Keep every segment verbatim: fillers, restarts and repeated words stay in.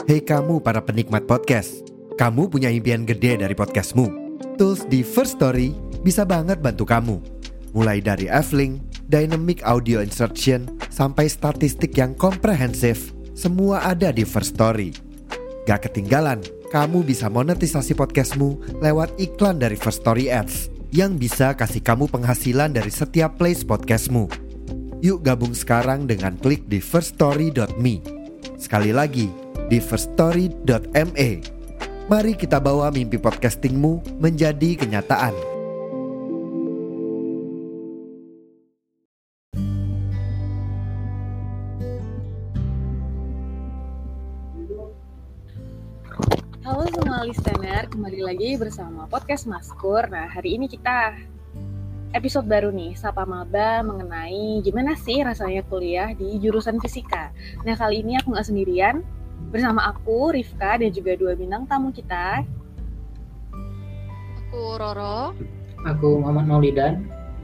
Hei kamu para penikmat podcast, kamu punya impian gede dari podcastmu. Tools di First Story bisa banget bantu kamu. Mulai dari F-Link, Dynamic Audio Insertion, sampai statistik yang komprehensif, semua ada di First Story. Gak ketinggalan, kamu bisa monetisasi podcastmu lewat iklan dari First Story Ads yang bisa kasih kamu penghasilan dari setiap plays podcastmu. Yuk gabung sekarang dengan klik di first story dot me. Sekali lagi, di first story dot me. Mari kita bawa mimpi podcastingmu menjadi kenyataan. Halo semua listener, kembali lagi bersama Podcast Maskur. Nah, hari ini kita episode baru nih, Sapa Maba, mengenai gimana sih rasanya kuliah di jurusan fisika. Nah, kali ini aku gak sendirian, bersama aku, Rifka, dan juga dua bintang tamu kita. Aku Roro. Aku Muhammad Maulidan.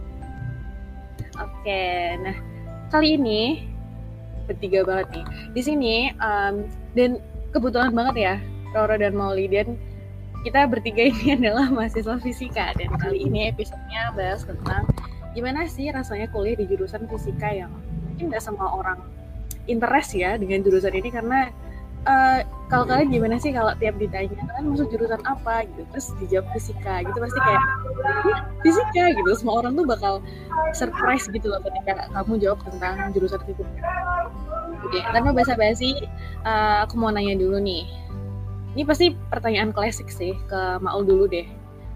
Oke, nah kali ini bertiga banget nih di sini, um, dan kebetulan banget ya, Roro dan Maulidan, kita bertiga ini adalah mahasiswa fisika, dan kali ini episodenya bahas tentang gimana sih rasanya kuliah di jurusan fisika yang mungkin nggak semua orang interest ya dengan jurusan ini, karena uh, kalau kalian gimana sih kalau tiap ditanya kalian masuk jurusan apa gitu, terus dijawab fisika gitu, pasti kayak ya, fisika gitu, semua orang tuh bakal surprise gitu loh ketika kamu jawab tentang jurusan fisika. Oke, tanpa basa-basi, uh, aku mau nanya dulu nih. Ini pasti pertanyaan klasik sih, ke Maul dulu deh.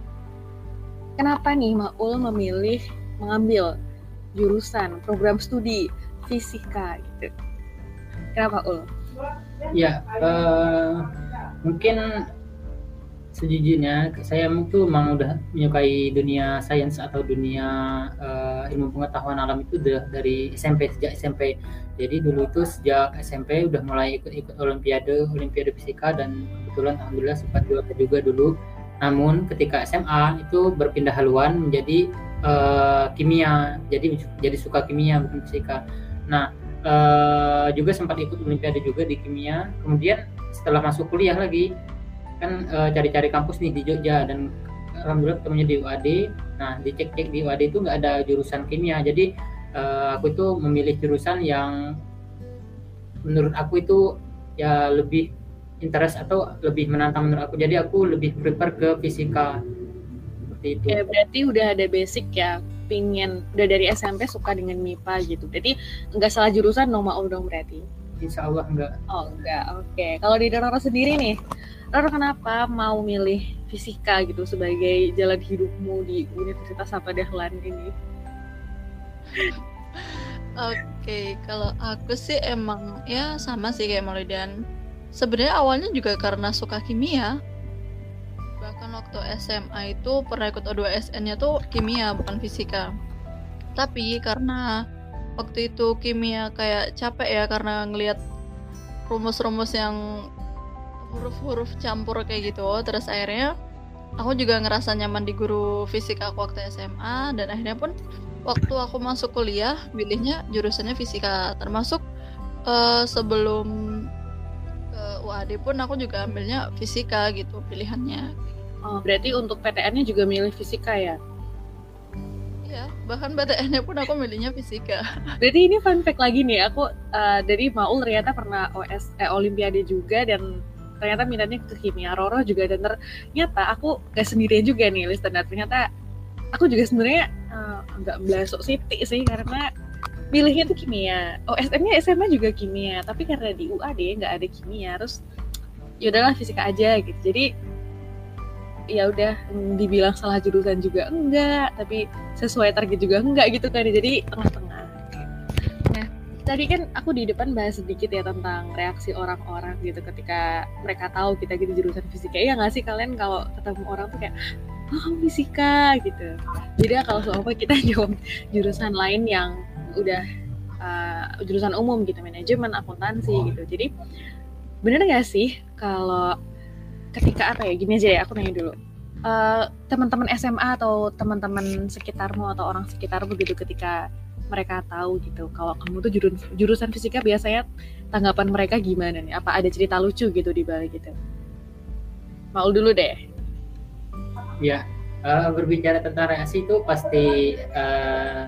Kenapa nih Maul memilih mengambil jurusan program studi fisika gitu? Kenapa Ul? Ya, uh, mungkin sejujurnya saya tuh memang udah menyukai dunia sains atau dunia uh, ilmu pengetahuan alam itu udah dari S M P, sejak S M P. Jadi dulu itu sejak S M P udah mulai ikut-ikut olimpiade, olimpiade fisika, dan kebetulan alhamdulillah sempat juara juga dulu. Namun ketika S M A itu berpindah haluan menjadi uh, kimia. Jadi jadi suka kimia bukan fisika. Nah, uh, juga sempat ikut olimpiade juga di kimia. Kemudian setelah masuk kuliah lagi kan uh, cari-cari kampus nih di Jogja, dan alhamdulillah ketemunya di U A D. Nah, dicek-cek di U A D itu nggak ada jurusan kimia. Jadi uh, aku itu memilih jurusan yang menurut aku itu ya lebih interest atau lebih menantang menurut aku. Jadi aku lebih prefer ke fisika seperti itu. Ya, berarti udah ada basic ya, pingin udah dari S M P suka dengan M I P A gitu. Berarti nggak salah jurusan dong Maul dong berarti. Insya Allah enggak. Oh enggak, oke. Okay. Kalau di Roro sendiri nih, Roro kenapa mau milih fisika gitu sebagai jalan hidupmu di Universitas Sapa Dahlan ini? Oke, okay, kalau aku sih emang ya sama sih kayak Maulidan. Sebenarnya awalnya juga karena suka kimia. Bahkan waktu S M A itu pernah ikut O dua S N-nya tuh kimia bukan fisika. Tapi karena waktu itu kimia kayak capek ya karena ngelihat rumus-rumus yang huruf-huruf campur kayak gitu. Terus akhirnya aku juga ngerasa nyaman di guru fisika aku waktu S M A, dan akhirnya pun waktu aku masuk kuliah pilihnya jurusannya fisika. Termasuk uh, sebelum ke U A D pun aku juga ambilnya fisika gitu pilihannya. Oh, berarti untuk P T N-nya juga milih fisika ya? Iya, bahkan P T N-nya pun aku milihnya fisika. Berarti ini fun fact lagi nih, aku uh, dari Maul ternyata pernah O S eh, Olimpiade juga, dan ternyata minatnya ke kimia. Roro juga, dan ternyata aku gak sendirian juga nih listener. Ternyata aku juga sebenarnya uh, agak belasok siti sih, karena pilihnya tuh kimia. O S M-nya S M A juga kimia, tapi karena di U A D nggak ada kimia, terus yaudahlah fisika aja gitu. Jadi ya udah, dibilang salah jurusan juga enggak, tapi sesuai target juga enggak gitu kan. Jadi tengah-tengah. Nah, tadi kan aku di depan bahas sedikit ya tentang reaksi orang-orang gitu ketika mereka tahu kita gitu jurusan fisika. Iya nggak sih kalian kalau ketemu orang tuh kayak, oh kamu fisika gitu. Jadi kalau soalnya kita jawab jurusan lain yang udah uh, jurusan umum gitu, manajemen, akuntansi gitu. Jadi bener nggak sih kalau ketika apa ya, gini aja ya, aku nanya dulu, uh, teman-teman S M A atau teman-teman sekitarmu atau orang sekitarmu gitu ketika mereka tahu gitu kalau kamu tuh jurusan, jurusan fisika, biasanya tanggapan mereka gimana nih? Apa ada cerita lucu gitu di balik gitu? Maul dulu deh. Ya, uh, berbicara tentang reaksi itu pasti uh,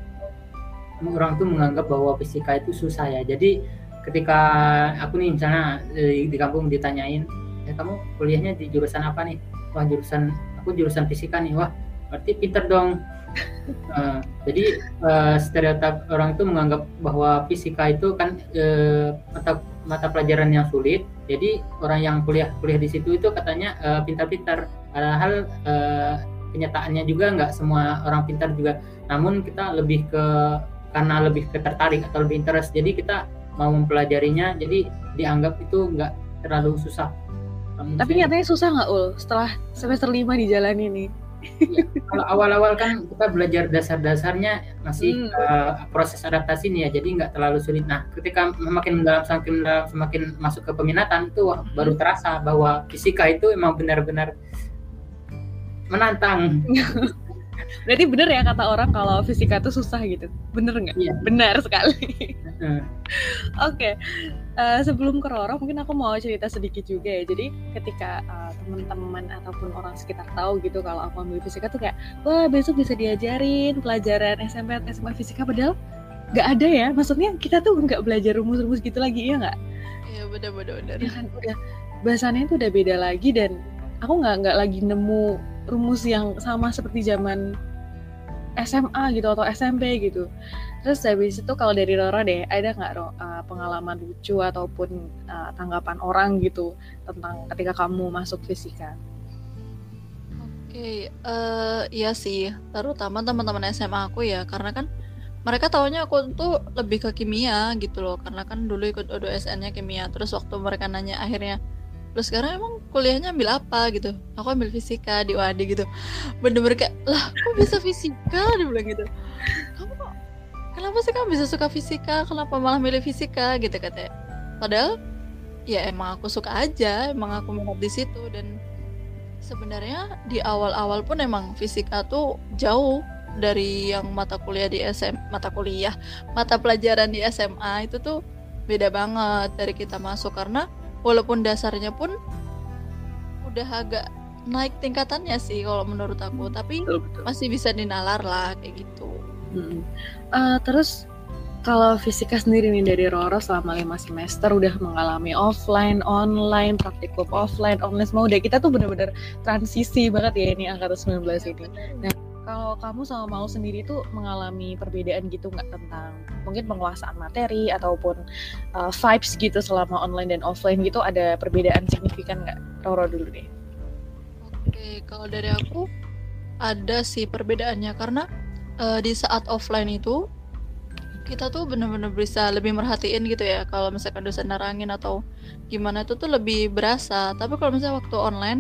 orang tuh menganggap bahwa fisika itu susah ya. Jadi ketika aku nih misalnya di, di kampung ditanyain, ya kamu kuliahnya di jurusan apa nih? Wah jurusan, aku jurusan fisika nih. Wah berarti pinter dong. uh, jadi uh, stereotip orang itu menganggap bahwa fisika itu kan uh, mata mata pelajaran yang sulit. Jadi orang yang kuliah kuliah di situ itu katanya uh, pintar-pintar. Padahal uh, kenyataannya juga nggak semua orang pintar juga. Namun kita lebih ke karena lebih ketertarik atau lebih interest, jadi kita mau mempelajarinya, jadi dianggap itu nggak terlalu susah. Kamu tapi nyatanya susah nggak Ul setelah semester lima dijalani nih? Ya, kalau awal-awal kan kita belajar dasar-dasarnya masih hmm. uh, proses adaptasi nih ya, jadi nggak terlalu sulit. Nah ketika semakin mendalam semakin mendalam semakin masuk ke peminatan itu wah, hmm. baru terasa bahwa fisika itu emang benar-benar menantang. Berarti bener ya kata orang kalau fisika itu susah gitu, bener nggak? Iya. Benar sekali. Uh. Oke, okay. uh, sebelum ke Roro mungkin aku mau cerita sedikit juga ya. Jadi ketika uh, teman-teman ataupun orang sekitar tahu gitu kalau aku ambil fisika tuh kayak, wah besok bisa diajarin pelajaran S M P S M A fisika, padahal nggak ada ya. Maksudnya kita tuh nggak belajar rumus-rumus gitu lagi, iya nggak? Iya benar-benar. Ya kan udah bahasannya tuh udah beda lagi, dan aku nggak nggak lagi nemu rumus yang sama seperti zaman S M A gitu atau S M P gitu. Terus habis itu kalau dari Roro deh, ada nggak Ro, uh, pengalaman lucu ataupun uh, tanggapan orang gitu tentang ketika kamu masuk fisika? Oke, okay, uh, iya sih, terutama teman-teman S M A aku ya, karena kan mereka taunya aku tuh lebih ke kimia gitu loh, karena kan dulu ikut O dua S N-nya kimia. Terus waktu mereka nanya akhirnya, terus sekarang emang kuliahnya ambil apa gitu, aku ambil fisika di U A D gitu. Bener-bener kayak, lah kok bisa fisika, dia bilang gitu. Kamu kok, kenapa sih kamu bisa suka fisika, kenapa malah milih fisika gitu katanya. Padahal ya emang aku suka aja, emang aku minat di situ. Dan sebenarnya di awal-awal pun emang fisika tuh jauh dari yang mata kuliah di S M, mata kuliah, mata pelajaran di S M A itu tuh beda banget dari kita masuk, karena walaupun dasarnya pun udah agak naik tingkatannya sih kalau menurut aku, tapi betul, betul. Masih bisa dinalar lah kayak gitu. Hmm. Uh, terus kalau fisika sendiri nih dari Roro selama lima semester udah mengalami offline, online, praktikum offline, online semua udah, kita tuh benar-benar transisi banget ya ini angkatan sembilan belas ini. Nah kalau kamu sama Maul sendiri tuh mengalami perbedaan gitu nggak tentang mungkin penguasaan materi ataupun uh, vibes gitu selama online dan offline gitu, ada perbedaan signifikan nggak? Roro dulu deh. Oke, kalau dari aku ada sih perbedaannya, karena uh, di saat offline itu kita tuh benar-benar bisa lebih merhatiin gitu ya, kalau misalkan dosen nerangin atau gimana itu tuh lebih berasa. Tapi kalau misalnya waktu online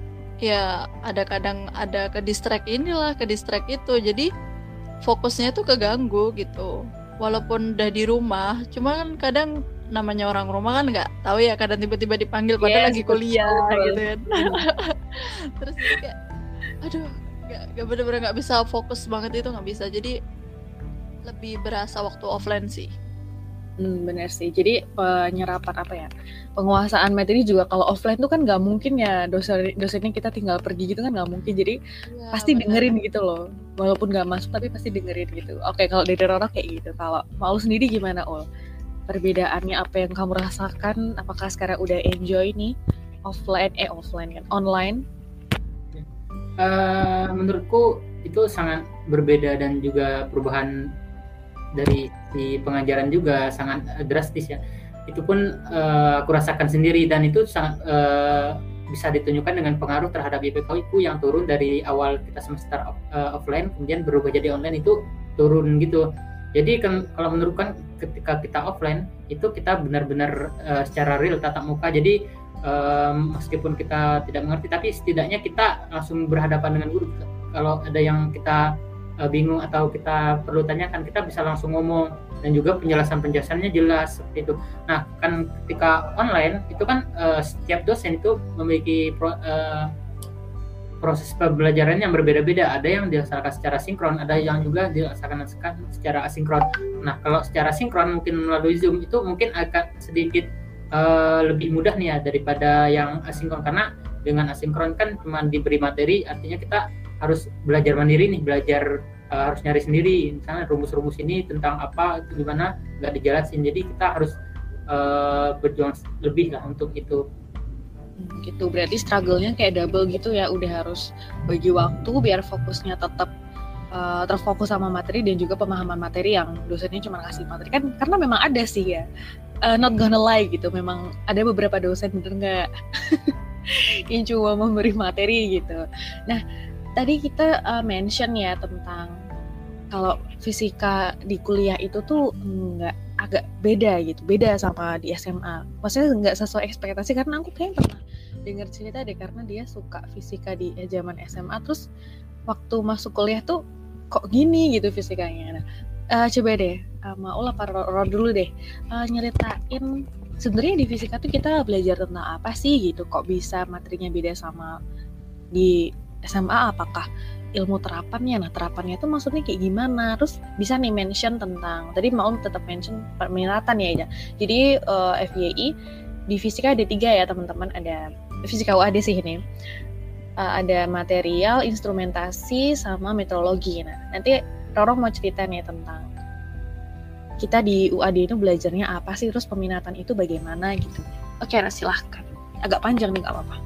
ya ada kadang ada ke distract inilah, ke distract itu, jadi fokusnya tuh keganggu gitu. Walaupun udah di rumah, cuma kan kadang namanya orang rumah kan nggak tahu ya, kadang tiba-tiba dipanggil padahal yes, lagi kuliah betul. Gitu kan. Terus jadi kayak aduh nggak nggak bener-bener nggak bisa fokus banget, itu nggak bisa. Jadi lebih berasa waktu offline sih. Hmm, benar sih. Jadi penyerapan apa ya, penguasaan materi juga kalau offline tuh kan nggak mungkin ya, dosen dosennya kita tinggal pergi gitu kan nggak mungkin. Jadi ya, pasti bener. dengerin gitu loh, walaupun nggak masuk tapi pasti dengerin gitu. Oke, kalau dari Roro kayak gitu. Kalau Maul sendiri gimana Ul? Perbedaannya apa yang kamu rasakan? Apakah sekarang udah enjoy nih offline eh offline kan online? Uh, menurutku itu sangat berbeda, dan juga perubahan dari si pengajaran juga sangat drastis ya. Itu pun uh, aku rasakan sendiri, dan itu sangat uh, bisa ditunjukkan dengan pengaruh terhadap I P K ku yang turun dari awal kita semester uh, offline kemudian berubah jadi online, itu turun gitu. Jadi kan kalau menurutku kan ketika kita offline itu kita benar-benar uh, secara real tatap muka. Jadi um, meskipun kita tidak mengerti tapi setidaknya kita langsung berhadapan dengan guru. Kalau ada yang kita uh, bingung atau kita perlu tanyakan, kita bisa langsung ngomong, dan juga penjelasan-penjelasannya jelas seperti itu. Nah, kan ketika online itu kan uh, setiap dosen itu memiliki pro, uh, proses pembelajaran yang berbeda-beda. Ada yang dilaksanakan secara sinkron, ada yang juga dilaksanakan secara asinkron. Nah, kalau secara sinkron mungkin melalui Zoom itu mungkin akan sedikit uh, lebih mudah nih ya daripada yang asinkron, karena dengan asinkron kan cuma diberi materi, artinya kita harus belajar mandiri nih, belajar uh, harus nyari sendiri. Misalnya rumus-rumus ini tentang apa, itu gimana, nggak dijelasin. Jadi kita harus uh, berjuang lebih lah untuk itu. Gitu, berarti struggle-nya kayak double gitu ya, udah harus bagi waktu biar fokusnya tetap uh, terfokus sama materi dan juga pemahaman materi yang dosennya cuma ngasih materi kan, karena memang ada sih ya, uh, not gonna lie gitu, memang ada beberapa dosen bener nggak yang cuma memberi materi gitu. Nah tadi kita uh, mention ya tentang kalau fisika di kuliah itu tuh nggak, agak beda gitu, beda sama di S M A. Maksudnya nggak sesuai ekspektasi, karena aku kayaknya pernah dengar cerita deh, karena dia suka fisika di eh, zaman S M A, terus waktu masuk kuliah tuh kok gini gitu fisikanya. Nah, uh, coba deh, uh, Maul apa Roro dulu deh, uh, nyeritain sebenarnya di fisika tuh kita belajar tentang apa sih gitu, kok bisa materinya beda sama di S M A, apakah ilmu terapannya, nah terapannya itu maksudnya kayak gimana, terus bisa nih mention tentang, tadi mau tetap mention peminatan ya Ida. Jadi uh, F Y I di fisika ada tiga ya teman-teman, ada fisika U A D sih ini, uh, ada material, instrumentasi, sama meteorologi. Nah nanti Roro mau cerita nih tentang kita di U A D itu belajarnya apa sih, terus peminatan itu bagaimana gitu. Oke, nah silahkan, agak panjang nih gak apa-apa.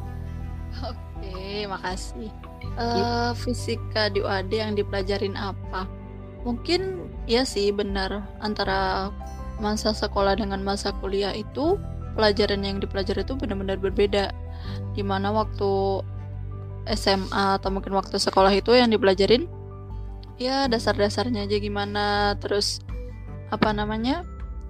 Oke, makasih. Uh, fisika di U A D yang dipelajarin apa? Mungkin ya sih benar, antara masa sekolah dengan masa kuliah itu pelajaran yang dipelajari itu benar-benar berbeda. Dimana waktu S M A atau mungkin waktu sekolah itu yang dipelajarin ya dasar-dasarnya aja gimana, terus apa namanya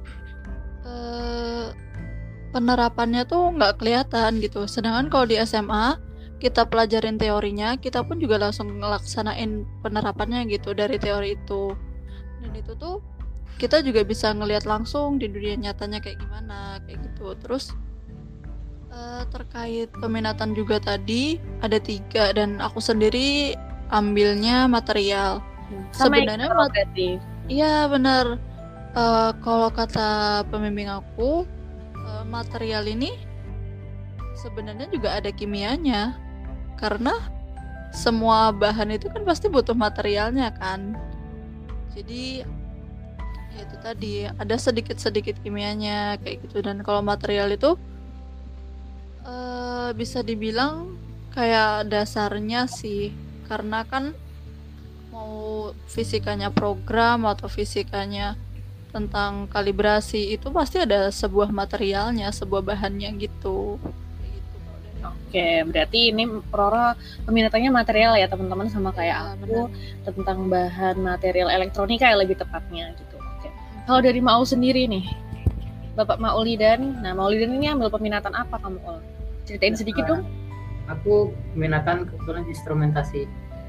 uh, penerapannya tuh nggak kelihatan gitu. Sedangkan kalau di S M A kita pelajarin teorinya, kita pun juga langsung ngelaksanain penerapannya gitu dari teori itu. Dan itu tuh kita juga bisa ngelihat langsung di dunia nyatanya kayak gimana, kayak gitu. Terus uh, terkait peminatan juga tadi ada tiga, dan aku sendiri ambilnya material. Sama sebenarnya mat- berarti. Iya benar. Uh, kalau kata pembimbing aku, uh, material ini sebenarnya juga ada kimianya. Karena semua bahan itu kan pasti butuh materialnya kan. Jadi ya itu tadi ada sedikit-sedikit kimianya kayak gitu. Dan kalau material itu uh, bisa dibilang kayak dasarnya sih, karena kan mau fisikanya program atau fisikanya tentang kalibrasi itu pasti ada sebuah materialnya, sebuah bahannya gitu. Oke, berarti ini Roro peminatannya material ya teman-teman, sama kayak ya, aku bener. Tentang bahan material elektronika ya lebih tepatnya gitu. Oke. Kalau dari Maul sendiri nih, Bapak Maulidan, nah Maulidan ini ambil peminatan apa kamu Ul? Ceritain sedikit dong. Aku peminatan kebetulan instrumentasi.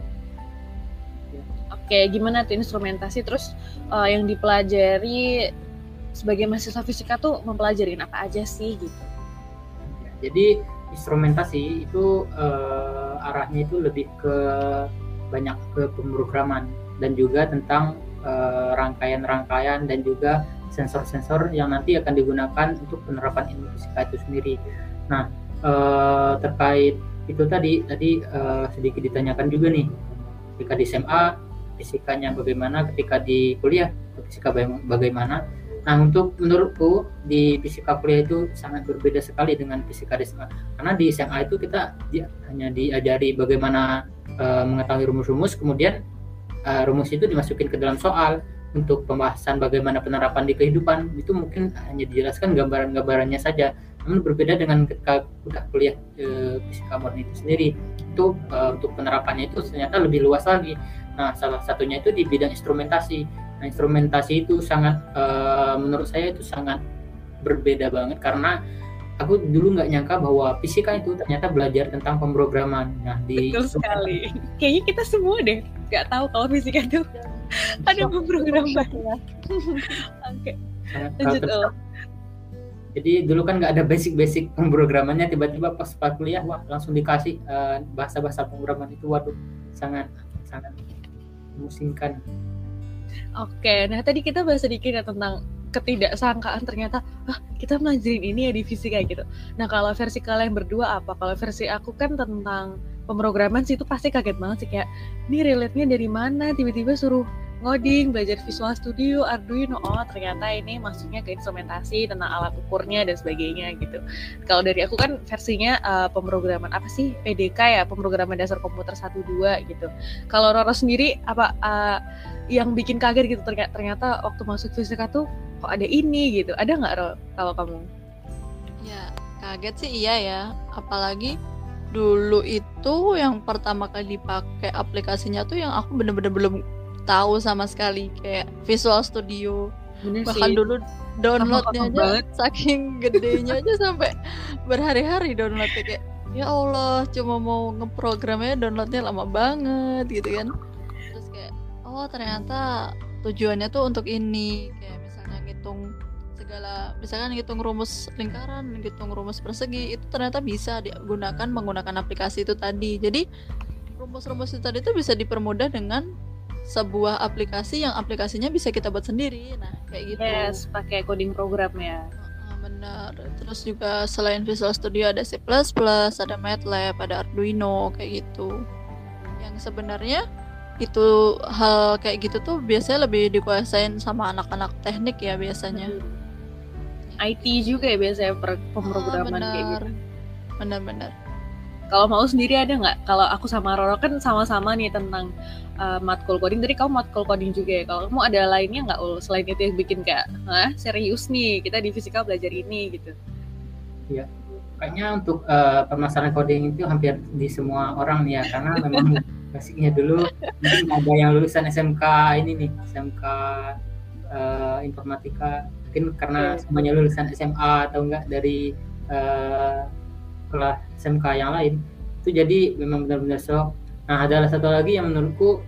Oke, gimana tuh instrumentasi? Terus uh, yang dipelajari sebagai mahasiswa fisika tuh mempelajari apa aja sih gitu? Jadi instrumentasi itu uh, arahnya itu lebih ke banyak ke pemrograman dan juga tentang uh, rangkaian-rangkaian dan juga sensor-sensor yang nanti akan digunakan untuk penerapan ilmu fisika itu sendiri. Nah uh, terkait itu tadi tadi uh, sedikit ditanyakan juga nih, ketika di S M A fisikanya bagaimana, ketika di kuliah fisika bagaimana. Nah, untuk menurutku di fisika kuliah itu sangat berbeda sekali dengan fisika di S M A. Karena di S M A itu kita dia, hanya diajari bagaimana uh, mengetahui rumus-rumus, kemudian uh, rumus itu dimasukin ke dalam soal. Untuk pembahasan bagaimana penerapan di kehidupan itu mungkin hanya dijelaskan gambaran-gambarannya saja. Namun berbeda dengan ketika udah kuliah uh, fisika murni itu sendiri. Itu uh, untuk penerapannya itu ternyata lebih luas lagi. Nah, salah satunya itu di bidang instrumentasi. Nah, instrumentasi itu sangat, uh, menurut saya itu sangat berbeda banget, karena aku dulu nggak nyangka bahwa fisika itu ternyata belajar tentang pemrograman. Nah, di betul sekali. Kayaknya kita semua deh nggak tahu kalau fisika itu ada pemrograman. Oke. Lanjut. Jadi dulu kan nggak ada basic-basic pemrogramannya, tiba-tiba pas pas kuliah wah langsung dikasih uh, bahasa-bahasa pemrograman itu, waduh sangat sangat memusingkan. Oke, nah tadi kita bahas sedikit ya tentang ketidaksangkaan ternyata ah kita belajarin ini ya di fisika gitu. Nah kalau versi kalian berdua apa? Kalau versi aku kan tentang pemrograman sih itu pasti kaget banget sih, kayak ini relate-nya dari mana tiba-tiba suruh ngoding, belajar Visual Studio, Arduino, oh ternyata ini maksudnya ke instrumentasi tentang alat ukurnya dan sebagainya gitu. Kalau dari aku kan versinya uh, pemrograman apa sih, P D K ya, pemrograman dasar komputer satu dua gitu. Kalau Roro sendiri apa uh, yang bikin kaget gitu ternyata, ternyata waktu masuk fisika tuh kok ada ini gitu, ada nggak Ro kalau kamu? Ya kaget sih iya ya, apalagi dulu itu yang pertama kali dipakai aplikasinya tuh yang aku bener-bener belum tahu sama sekali, kayak Visual Studio. Bener bahkan sih. dulu downloadnya aja banget. saking gedenya aja sampai berhari-hari downloadnya, kayak ya Allah cuma mau ngeprogramnya downloadnya lama banget gitu kan. Terus kayak oh ternyata tujuannya tuh untuk ini, kayak misalnya ngitung segala, misalkan ngitung rumus lingkaran, ngitung rumus persegi, itu ternyata bisa digunakan menggunakan aplikasi itu tadi. Jadi rumus-rumus itu tadi tuh bisa dipermudah dengan sebuah aplikasi yang aplikasinya bisa kita buat sendiri. Nah kayak gitu. Yes, pakai coding program ya. Uh, benar. Terus juga selain Visual Studio ada C plus plus, ada MATLAB, ada Arduino kayak gitu. Yang sebenarnya itu hal kayak gitu tuh biasanya lebih dikuasain sama anak-anak teknik ya biasanya. I T juga ya biasanya per- pemrograman ah, kayak gitu. Benar-benar. Kalau mau sendiri ada nggak? Kalau aku sama Roro kan sama-sama nih tentang uh, matkul coding. Tadi kamu matkul coding juga ya. Kalau kamu ada lainnya nggak Ul? Selain itu yang bikin kayak, hah serius nih kita di fisika belajar ini gitu. Iya, kayaknya untuk uh, permasalahan coding itu hampir di semua orang nih ya, karena memang basicnya dulu mungkin ada yang lulusan S M K ini nih, S M K uh, informatika, mungkin karena Okay. semuanya lulusan S M A atau enggak dari uh, kelas S M K yang lain, itu jadi memang benar-benar shock. Nah ada satu lagi yang menurutku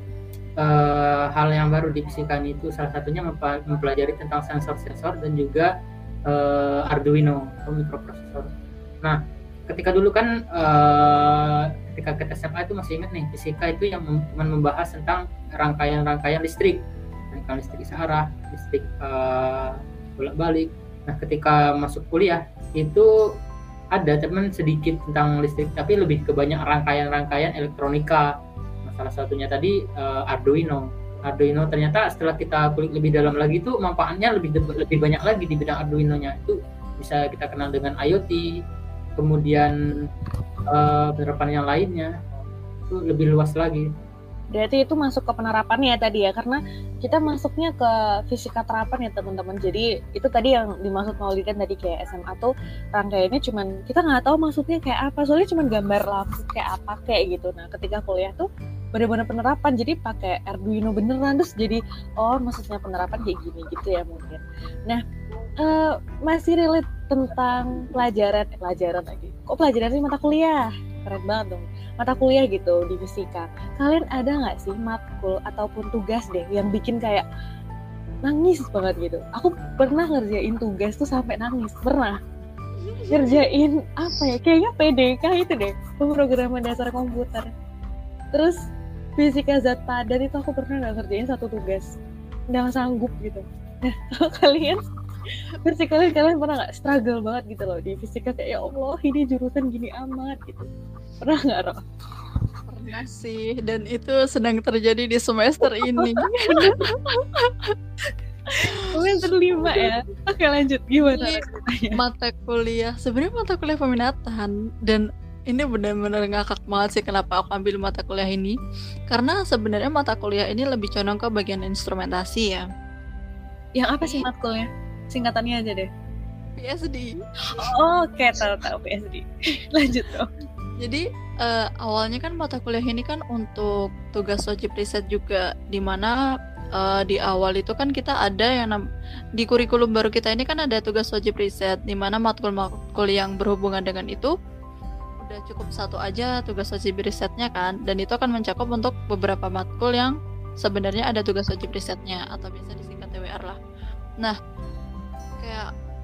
uh, hal yang baru di fisika itu, salah satunya mempelajari tentang sensor-sensor dan juga uh, Arduino atau mikroprosesor. Nah ketika dulu kan uh, ketika kita S M A itu masih ingat nih, fisika itu yang mem- membahas tentang rangkaian-rangkaian listrik, rangkaian listrik searah, listrik uh, bolak-balik. Nah ketika masuk kuliah itu ada teman sedikit tentang listrik, tapi lebih ke banyak rangkaian-rangkaian elektronika. Nah, salah satunya tadi uh, Arduino. Arduino ternyata setelah kita kulik lebih dalam lagi itu manfaatnya lebih lebih banyak lagi di bidang Arduino-nya. Itu bisa kita kenal dengan IoT, kemudian uh, penerapan yang lainnya itu lebih luas lagi. Berarti itu masuk ke penerapannya ya tadi ya, karena kita masuknya ke fisika terapan ya teman-teman. Jadi itu tadi yang dimaksud Maulidan tadi, kayak S M A tuh rangkaiannya cuman kita nggak tahu maksudnya kayak apa, soalnya cuman gambar lampu kayak apa kayak gitu. Nah ketika kuliah tuh benar-benar penerapan, jadi pakai Arduino beneran, terus jadi oh maksudnya penerapan kayak gini gitu ya mungkin. Nah uh, masih relate tentang pelajaran eh, pelajaran lagi. Kok pelajaran sih, mata kuliah? Keren banget dong. Mata kuliah gitu di fisika. Kalian ada nggak sih matkul ataupun tugas deh yang bikin kayak nangis banget gitu? Aku pernah ngerjain tugas tuh sampai nangis. Pernah ngerjain apa ya? Kayaknya P D K itu deh, pemrograman dasar komputer. Terus fisika zat padat itu aku pernah nggak ngerjain satu tugas, nggak sanggup gitu. Nah kalau kalian versi kalian kalian pernah nggak struggle banget gitu loh di fisika, kayak ya Allah ini jurusan gini amat gitu? Pernah nggak Ro? Pernah sih, dan itu sedang terjadi di semester ini. Semester lima ya. Oke lanjut, gimana Ini ceritanya? mata kuliah, sebenarnya mata kuliah peminatan, dan ini benar-benar ngakak banget sih kenapa aku ambil mata kuliah ini. Karena sebenarnya mata kuliah ini lebih condong ke bagian instrumentasi ya. Yang apa sih matkulnya? Singkatannya aja deh. P S D. Oh, oke, tahu-tahu P S D. Lanjut dong. Jadi uh, awalnya kan mata kuliah ini kan untuk tugas wajib riset juga, dimana uh, di awal itu kan kita ada yang nam- di kurikulum baru kita ini kan ada tugas wajib riset, dimana matkul-matkul yang berhubungan dengan itu udah cukup satu aja tugas wajib risetnya kan, dan itu akan mencakup untuk beberapa matkul yang sebenarnya ada tugas wajib risetnya atau biasa disingkat T W R lah. Nah kayak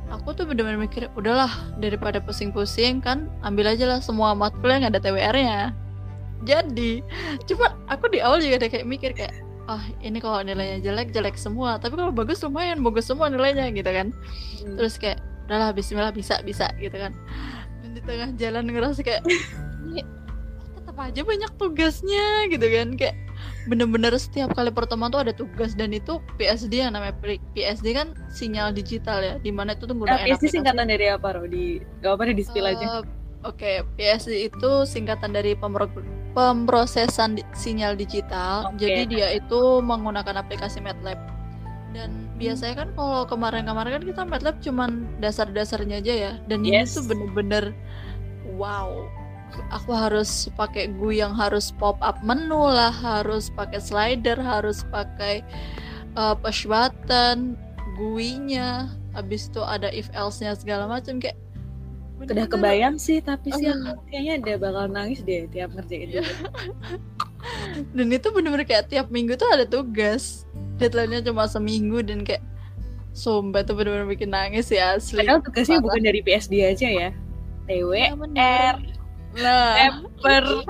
aku tuh bener-bener mikir udahlah daripada pusing-pusing kan ambil aja lah semua matkul yang ada T W R-nya. Jadi cuma aku di awal juga ada kayak mikir kayak ah ini kalau nilainya jelek jelek semua, tapi kalau bagus lumayan bagus semua nilainya gitu kan. Hmm. Terus kayak udahlah bismillah bisa bisa gitu kan. Dan di tengah jalan ngerasa kayak ini tetap aja banyak tugasnya gitu kan, kayak bener-bener setiap kali pertemuan tuh ada tugas, dan itu P S D yang namanya P S D kan sinyal digital ya, dimana itu tuh gunain aplikasi. P S D singkatan dari apa Ro? Di gak apa di spill uh, aja. Oke, okay. P S D itu singkatan dari pemro- pemrosesan di- sinyal digital. Okay. Jadi dia itu menggunakan aplikasi MATLAB. Dan biasanya kan kalau kemarin-kemarin kan kita MATLAB cuman dasar-dasarnya aja ya. Dan yes. ini tuh bener-bener wow. Aku harus pakai G U I yang harus pop up menu lah, harus pakai slider, harus pakai uh, push button, G U I-nya. Habis itu ada if else-nya segala macam, kayak udah kebayang sih, tapi sih uh, kayaknya dia bakal nangis deh tiap ngerjain itu. Dan itu bener-bener kayak tiap minggu tuh ada tugas, deadline-nya cuma seminggu, dan kayak sumpah tuh bener-bener bikin nangis ya asli. Padahal tugasnya bukan dari P S D aja ya, T W R, nah, paper,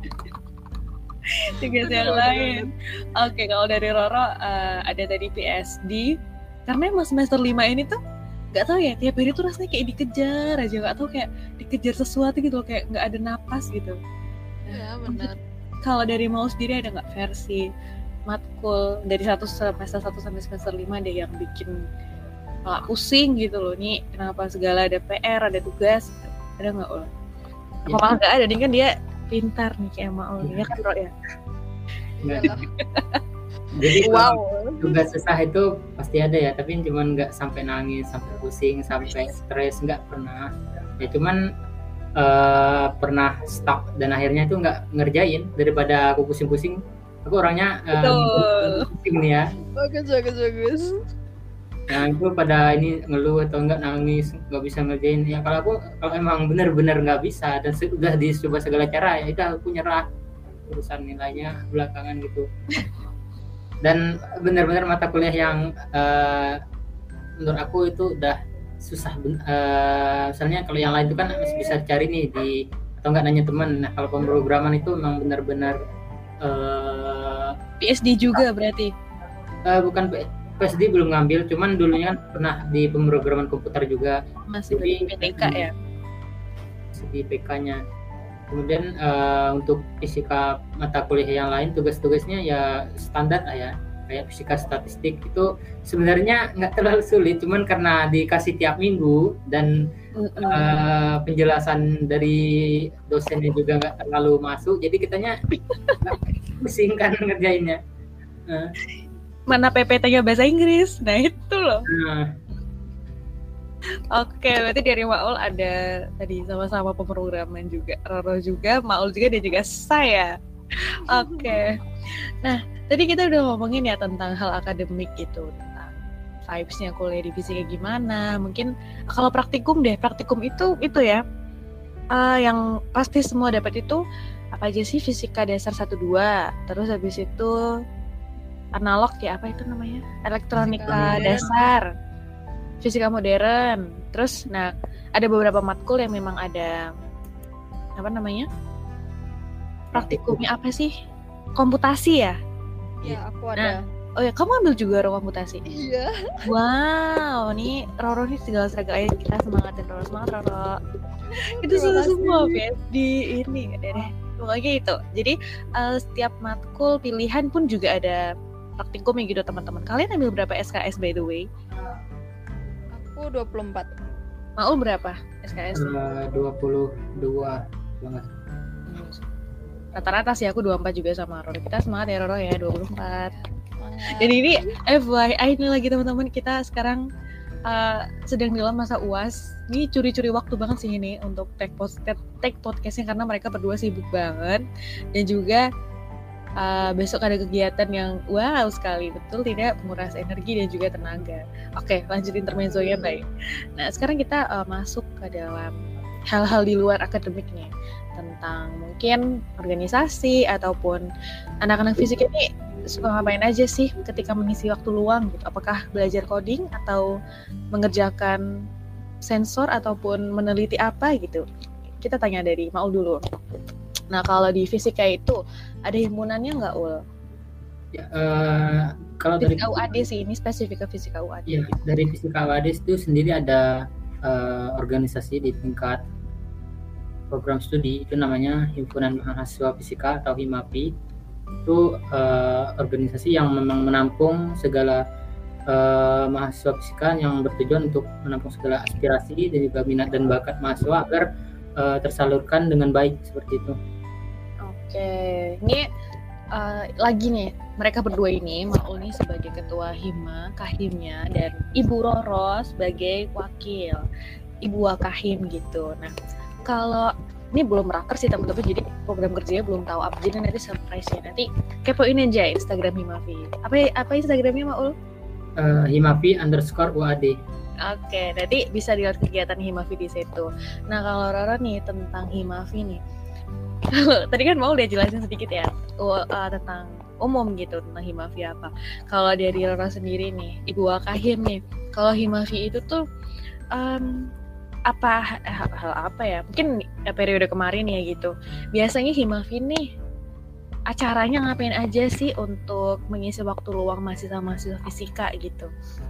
tugas yang lain. Oke, kalau dari Roro uh, ada tadi P S D, karena emang semester lima ini tuh nggak tahu ya, tiap hari tuh rasanya kayak dikejar aja, nggak tahu kayak dikejar sesuatu gitu loh, kayak nggak ada napas gitu. Ya benar. Kalau dari mau sendiri ada nggak versi matkul dari satu semester satu sampai semester lima ada yang bikin uh, pusing gitu loh, nih kenapa segala ada P R, ada tugas, ada nggak Ul? Apa malah nggak ada? Nih kan dia pintar nih kayak Maul, ya kan Ro ya? Jadi wow, tugas susah itu pasti ada ya, tapi cuman nggak sampai nangis, sampai pusing, sampai stres, nggak pernah. Ya cuman uh, pernah stuck dan akhirnya itu nggak ngerjain, daripada aku pusing-pusing. Aku orangnya uh, pusing nih ya. Bagus, bagus, bagus. Nah itu pada ini ngeluh atau nggak nangis, nggak bisa ngerjain. Ya kalau aku kalau emang benar-benar nggak bisa dan sudah dicoba segala cara, ya itu aku nyerah, urusan nilainya belakangan gitu. Dan benar-benar mata kuliah yang uh, menurut aku itu udah susah. Uh, misalnya kalau yang lain itu kan masih bisa cari nih di atau nggak nanya teman. Nah kalau pemrograman itu memang benar-benar uh, P S D juga berarti? Uh, bukan P S D belum ngambil, cuman dulunya kan pernah di pemrograman komputer juga. Masih di P T K ya? Masih di P K-nya. Kemudian uh, untuk fisika mata kuliah yang lain tugas-tugasnya ya standar lah ya, kayak fisika statistik itu sebenarnya nggak terlalu sulit, cuman karena dikasih tiap minggu dan uh, penjelasan dari dosennya juga nggak terlalu masuk, jadi kitanya pusing kan ngerjainnya. Uh. Mana P P T-nya bahasa Inggris, nah itu loh. Nah. Oke, berarti dari Maul ada tadi sama-sama pemrograman juga, Roro juga, Maul juga, dan juga saya. Oke, nah tadi kita udah ngomongin ya tentang hal akademik gitu, tentang vibes-nya kuliah di fisika gimana. Mungkin kalau praktikum deh, praktikum itu itu ya, uh, yang pasti semua dapat itu apa aja sih? Fisika dasar satu dua, terus habis itu analog ya, apa itu namanya? Elektronika fisika dasar. Fisika modern, terus nah ada beberapa matkul yang memang ada apa namanya praktikumnya apa sih, komputasi ya? Iya aku ada. Nah, oh ya kamu ambil juga Roro komputasi? Iya. Wow, nih Roro nih segala seragam kita semangatin Roro, semangat Roro. Itu semua semua di ini deh. Pokoknya itu. Jadi uh, setiap matkul pilihan pun juga ada praktikumnya gitu teman-teman. Kalian ambil berapa S K S by the way? Aku dua puluh empat. Mau berapa S K S? Uh, dua puluh dua banget. Rata-rata sih aku dua puluh empat juga sama Roro. Kita semangat ya Roro ya, dua puluh empat. Dan ini F Y I ini lagi teman-teman, kita sekarang uh, sedang dalam masa U A S. Ini curi-curi waktu banget sih ini untuk take, post, take podcastnya karena mereka berdua sibuk banget. Dan juga Uh, besok ada kegiatan yang wow sekali, betul tidak, menguras energi dan juga tenaga. Oke, lanjut intermezzonya baik. Nah sekarang kita uh, masuk ke dalam hal-hal di luar akademiknya, tentang mungkin organisasi ataupun anak-anak fisika ini suka ngapain aja sih ketika mengisi waktu luang gitu. Apakah belajar coding atau mengerjakan sensor ataupun meneliti apa gitu? Kita tanya dari Maul dulu. Nah, kalau di fisika itu ada himpunannya nggak, Ul? Ya, uh, kalau dari Fisika U A D sih, ini spesifik ke fisika U A D. Ya, dari fisika U A D itu sendiri ada uh, organisasi di tingkat program studi, itu namanya Himpunan Mahasiswa Fisika atau HIMAFI. Itu uh, organisasi yang memang menampung segala uh, mahasiswa fisika yang bertujuan untuk menampung segala aspirasi dan juga minat dan bakat mahasiswa agar uh, tersalurkan dengan baik seperti itu. Oke, ini uh, lagi nih mereka berdua ini, Maul nih sebagai ketua Hima, Kahimnya, dan Ibu Roro sebagai wakil Ibu Wakahim gitu. Nah, kalau ini belum raker sih teman-teman, jadi program kerjanya belum tahu apa, jadi nanti surprise-nya nanti kepoin aja Instagram Himafi. Apa apa Instagramnya, Maul? Uh, Himafi underscore U A D. Oke, nanti bisa dilihat kegiatan Himafi di situ. Nah, kalau Roro nih tentang Himafi nih, tadi kan Maul udah jelasin sedikit ya uh, tentang umum gitu tentang Himafi apa. Kalau dari Roro sendiri nih, Ibu Wakahim nih, kalau Himafi itu tuh um, apa hal, hal apa ya, mungkin ya, periode kemarin ya gitu, biasanya Himafi nih acaranya ngapain aja sih untuk mengisi waktu luang mahasiswa-mahasiswa fisika gitu?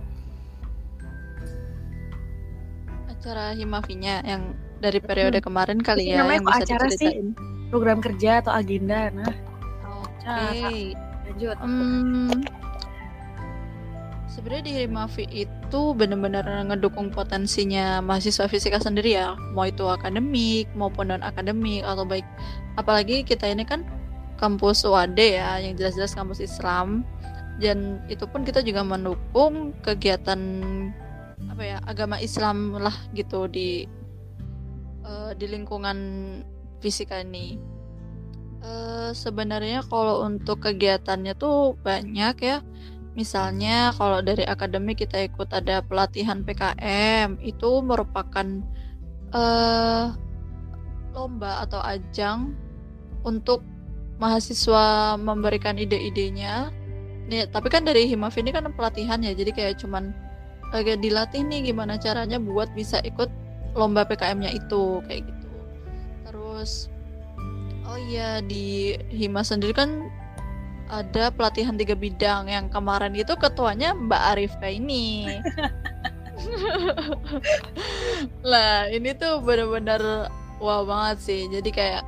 Acara Himafinya yang dari periode hmm. kemarin kali ini ya namanya yang bisa acara diceritain. Sih program kerja atau agenda. Nah, oke okay. lanjut. Hmm, sebenarnya di Himafi itu benar-benar ngedukung potensinya mahasiswa fisika sendiri ya, mau itu akademik maupun non akademik atau baik, apalagi kita ini kan kampus U A D ya, yang jelas-jelas kampus Islam, dan itu pun kita juga mendukung kegiatan apa ya agama Islam lah gitu di uh, di lingkungan fisika ini. Uh, sebenarnya kalau untuk kegiatannya tuh banyak ya. Misalnya kalau dari akademik kita ikut ada pelatihan P K M, itu merupakan uh, lomba atau ajang untuk mahasiswa memberikan ide-idenya. Nih, tapi kan dari Himafi ini kan pelatihan ya, jadi kayak cuman agak dilatih nih gimana caranya buat bisa ikut lomba P K M-nya itu kayak gitu. Terus oh iya di Hima sendiri kan ada pelatihan tiga bidang yang kemarin itu ketuanya Mbak Arifka ini. Lah ini tuh benar-benar wow banget sih. Jadi kayak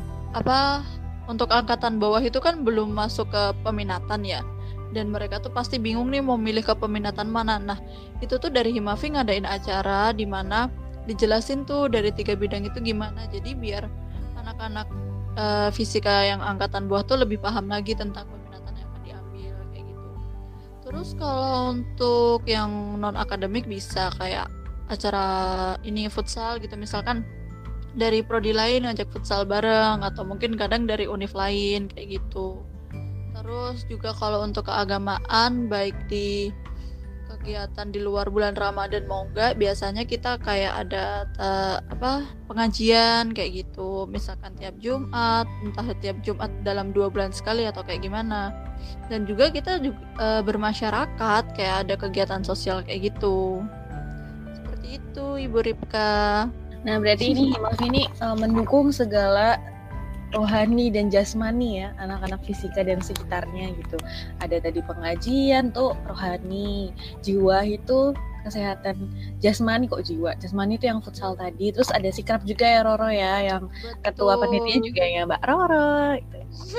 apa untuk angkatan bawah itu kan belum masuk ke peminatan ya, dan mereka tuh pasti bingung nih mau milih ke peminatan mana. Nah itu tuh dari Himafi ngadain acara di mana dijelasin tuh dari tiga bidang itu gimana. Jadi biar anak-anak uh, fisika yang angkatan bawah tuh lebih paham lagi tentang peminatan yang akan diambil kayak gitu. Terus kalau untuk yang non akademik bisa kayak acara ini futsal gitu, misalkan dari prodi lain ngajak futsal bareng, atau mungkin kadang dari univ lain kayak gitu. Terus juga kalau untuk keagamaan baik di kegiatan di luar bulan Ramadan mau enggak, biasanya kita kayak ada uh, apa pengajian kayak gitu, misalkan tiap Jumat, entah tiap Jumat dalam dua bulan sekali atau kayak gimana. Dan juga kita juga uh, bermasyarakat, kayak ada kegiatan sosial kayak gitu. Seperti itu Ibu Ripka. Nah berarti ini Himafi ini uh, mendukung segala rohani dan jasmani ya anak-anak fisika dan sekitarnya gitu. Ada tadi pengajian tuh rohani, jiwa itu kesehatan jasmani, kok jiwa jasmani itu yang futsal tadi. Terus ada sikrap juga ya Roro ya, yang betul. Ketua panitia juga ya Mbak Roro gitu.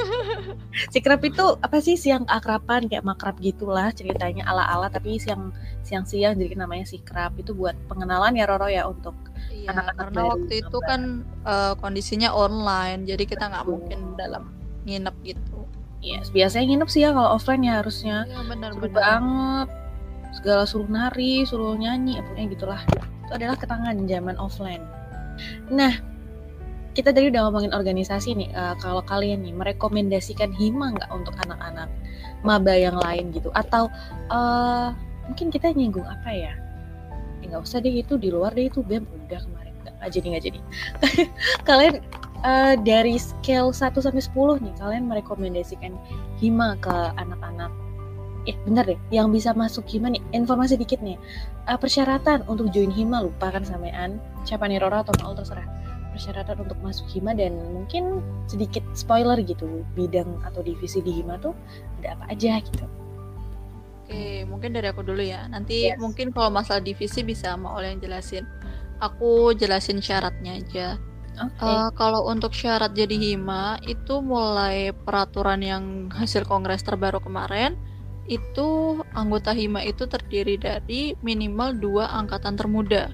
Sikrap itu apa sih, siang akraban kayak makrab gitulah ceritanya ala-ala, tapi siang siang-siang jadi namanya sikrap. Itu buat pengenalan ya Roro ya untuk iya, anak-anak karena baru waktu itu kan uh, kondisinya online, jadi kita nggak mungkin dalam nginep gitu. Iya, yes, biasanya nginep sih ya kalau offline ya harusnya. Iya, benar-benar banget. Segala suruh nari, suruh nyanyi, pokoknya gitulah. Itu adalah kenangan zaman offline. Nah, kita tadi udah ngomongin organisasi nih. Uh, kalau kalian nih merekomendasikan Hima nggak untuk anak-anak maba yang lain gitu? Atau uh, mungkin kita nyinggung apa ya? Nggak usah deh, itu di luar deh, itu B E M udah kemarin nggak jadi nggak jadi. Kalian uh, dari scale satu sampai sepuluh nih, kalian merekomendasikan Hima ke anak-anak, eh bener deh yang bisa masuk Hima nih, informasi dikit nih, uh, persyaratan untuk join Hima lupa kan sampean? Siapa nih, Roro atau Maul, terserah. Persyaratan untuk masuk Hima dan mungkin sedikit spoiler gitu, bidang atau divisi di Hima tuh ada apa aja gitu. Oke, mungkin dari aku dulu ya. Nanti Yes. mungkin kalau masalah divisi bisa Maul yang jelasin. Aku jelasin syaratnya aja. Oke. Uh, kalau untuk syarat jadi Hima itu mulai peraturan yang hasil kongres terbaru kemarin, itu anggota Hima itu terdiri dari minimal dua angkatan termuda.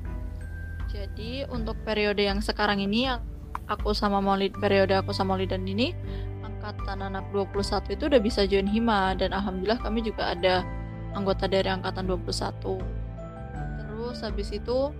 Jadi untuk periode yang sekarang ini, yang aku sama Maulid, periode aku sama Maulidan ini, angkatan anak dua puluh satu itu udah bisa join Hima, dan alhamdulillah kami juga ada anggota dari angkatan dua puluh satu. Terus habis itu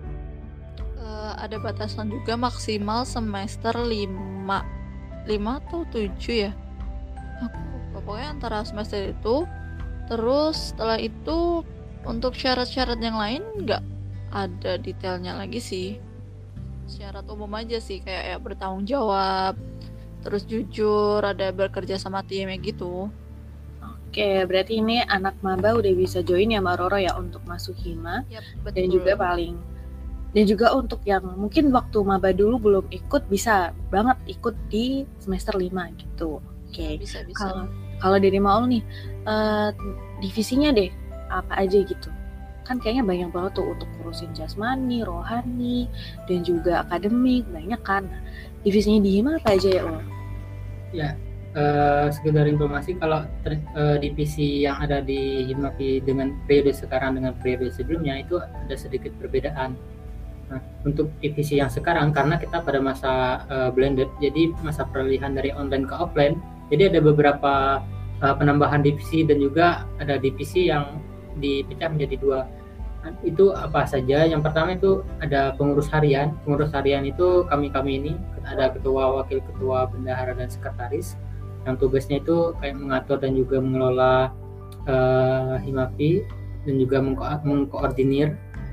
uh, ada batasan juga maksimal semester lima lima atau tujuh ya, aku lupa, pokoknya antara semester itu. Terus setelah itu untuk syarat-syarat yang lain nggak ada detailnya lagi sih, syarat umum aja sih, kayak ya bertanggung jawab, terus jujur, ada bekerja sama tim ya gitu. Oke, berarti ini anak maba udah bisa join ya Mbak Roro ya untuk masuk Hima. Yap, Dan juga paling dan juga untuk yang mungkin waktu maba dulu belum ikut, bisa banget ikut di semester lima gitu. Oke. bisa bisa. Kalau kalau dari Maul nih, uh, divisinya deh apa aja gitu. Kan kayaknya banyak banget tuh untuk ngurusin jasmani, rohani, dan juga akademik, banyak kan. Nah, divisinya di Hima apa aja ya, Ul? Ya, uh, sekedar informasi, kalau ter- uh, divisi yang ada di Himapi dengan periode sekarang dengan periode sebelumnya itu ada sedikit perbedaan. Nah, untuk divisi yang sekarang, karena kita pada masa uh, blended, jadi masa peralihan dari online ke offline, jadi ada beberapa uh, penambahan divisi dan juga ada divisi yang dipecah menjadi dua. Nah, itu apa saja? Yang pertama itu ada pengurus harian. Pengurus harian itu kami-kami ini ada ketua, wakil ketua, bendahara, dan sekretaris yang tugasnya itu kayak mengatur dan juga mengelola uh, Himapi dan juga mengko- mengkoordinir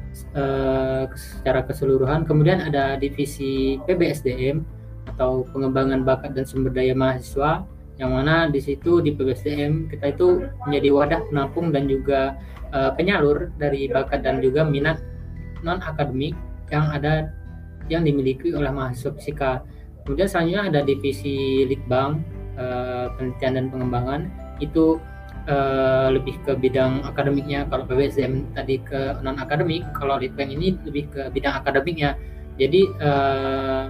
uh, secara keseluruhan. Kemudian ada divisi P B S D M atau pengembangan bakat dan sumber daya mahasiswa, yang mana di situ di P B S D M kita itu menjadi wadah penampung dan juga uh, penyalur dari bakat dan juga minat non akademik yang ada yang dimiliki oleh mahasiswa fisika. Kemudian selanjutnya ada divisi Litbang, uh, penelitian dan pengembangan, itu uh, lebih ke bidang akademiknya. Kalau P B S D M tadi ke non akademik, kalau Litbang ini lebih ke bidang akademiknya. Jadi uh,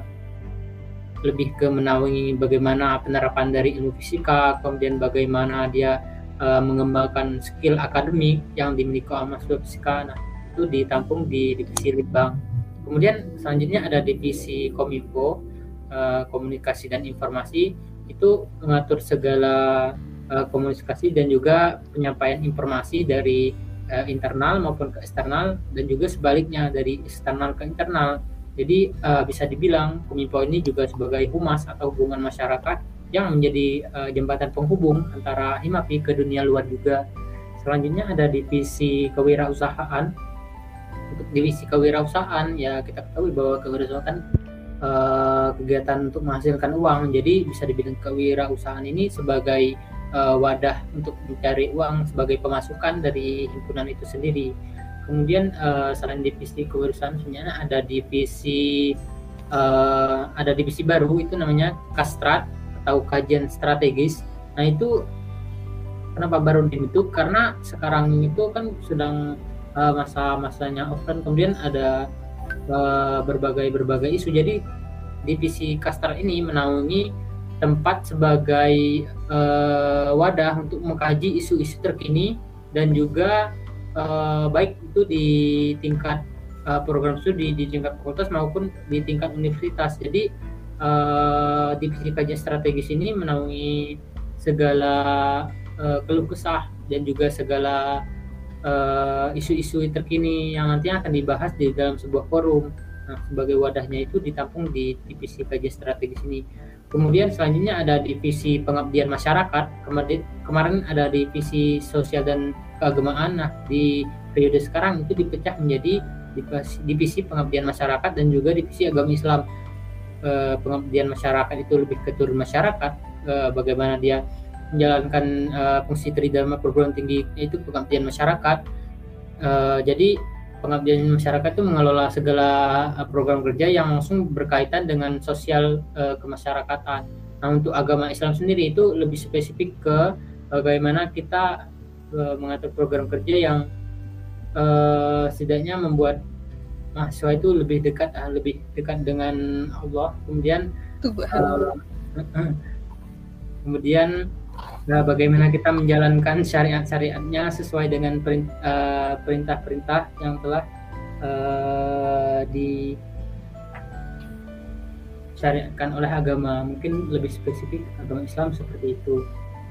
lebih ke menaungi bagaimana penerapan dari ilmu fisika, kemudian bagaimana dia uh, mengembangkan skill akademik yang dimiliki oleh mahasiswa fisika. Nah, itu ditampung di divisi Litbang. Kemudian selanjutnya ada divisi Kominfo, uh, komunikasi dan informasi, itu mengatur segala uh, komunikasi dan juga penyampaian informasi dari uh, internal maupun ke eksternal, dan juga sebaliknya dari eksternal ke internal. Jadi uh, bisa dibilang Kominfo ini juga sebagai humas atau hubungan masyarakat yang menjadi uh, jembatan penghubung antara Himapi ke dunia luar juga. Selanjutnya ada divisi kewirausahaan. Untuk divisi kewirausahaan, ya kita ketahui bahwa kewirausahaan kan uh, kegiatan untuk menghasilkan uang. Jadi bisa dibilang kewirausahaan ini sebagai uh, wadah untuk mencari uang sebagai pemasukan dari himpunan itu sendiri. Kemudian uh, selain divisi kewirausahaan, sebenarnya ada divisi uh, ada divisi baru, itu namanya Kastrat atau kajian strategis. Nah, itu kenapa baru dibentuk? Karena sekarang itu kan sedang uh, masa-masanya offline, kemudian ada uh, berbagai berbagai isu. Jadi divisi Kastrat ini menaungi tempat sebagai uh, wadah untuk mengkaji isu-isu terkini dan juga Uh, baik itu di tingkat uh, program studi di tingkat fakultas maupun di tingkat universitas. Jadi uh, divisi kajian strategis ini menaungi segala uh, keluh kesah dan juga segala uh, isu-isu terkini yang nantinya akan dibahas di dalam sebuah forum. Nah, sebagai wadahnya itu ditampung di divisi kajian strategis ini. Kemudian selanjutnya ada divisi pengabdian masyarakat. Kemarin, kemarin ada divisi sosial dan keagamaan. Nah, di periode sekarang itu dipecah menjadi divisi, divisi pengabdian masyarakat dan juga divisi agama Islam. E, pengabdian masyarakat itu lebih ke turun masyarakat, e, bagaimana dia menjalankan e, fungsi tridharma perguruan tinggi, itu pengabdian masyarakat. E, jadi pengabdian masyarakat itu mengelola segala uh, program kerja yang langsung berkaitan dengan sosial uh, kemasyarakatan. Nah, untuk agama Islam sendiri itu lebih spesifik ke bagaimana kita uh, mengatur program kerja yang uh, setidaknya membuat mahasiswa itu lebih dekat uh, lebih dekat dengan Allah. Kemudian uh, kemudian nah, bagaimana kita menjalankan syariat-syariatnya sesuai dengan uh, perintah-perintah yang telah uh, disyariatkan oleh agama. Mungkin lebih spesifik agama Islam seperti itu.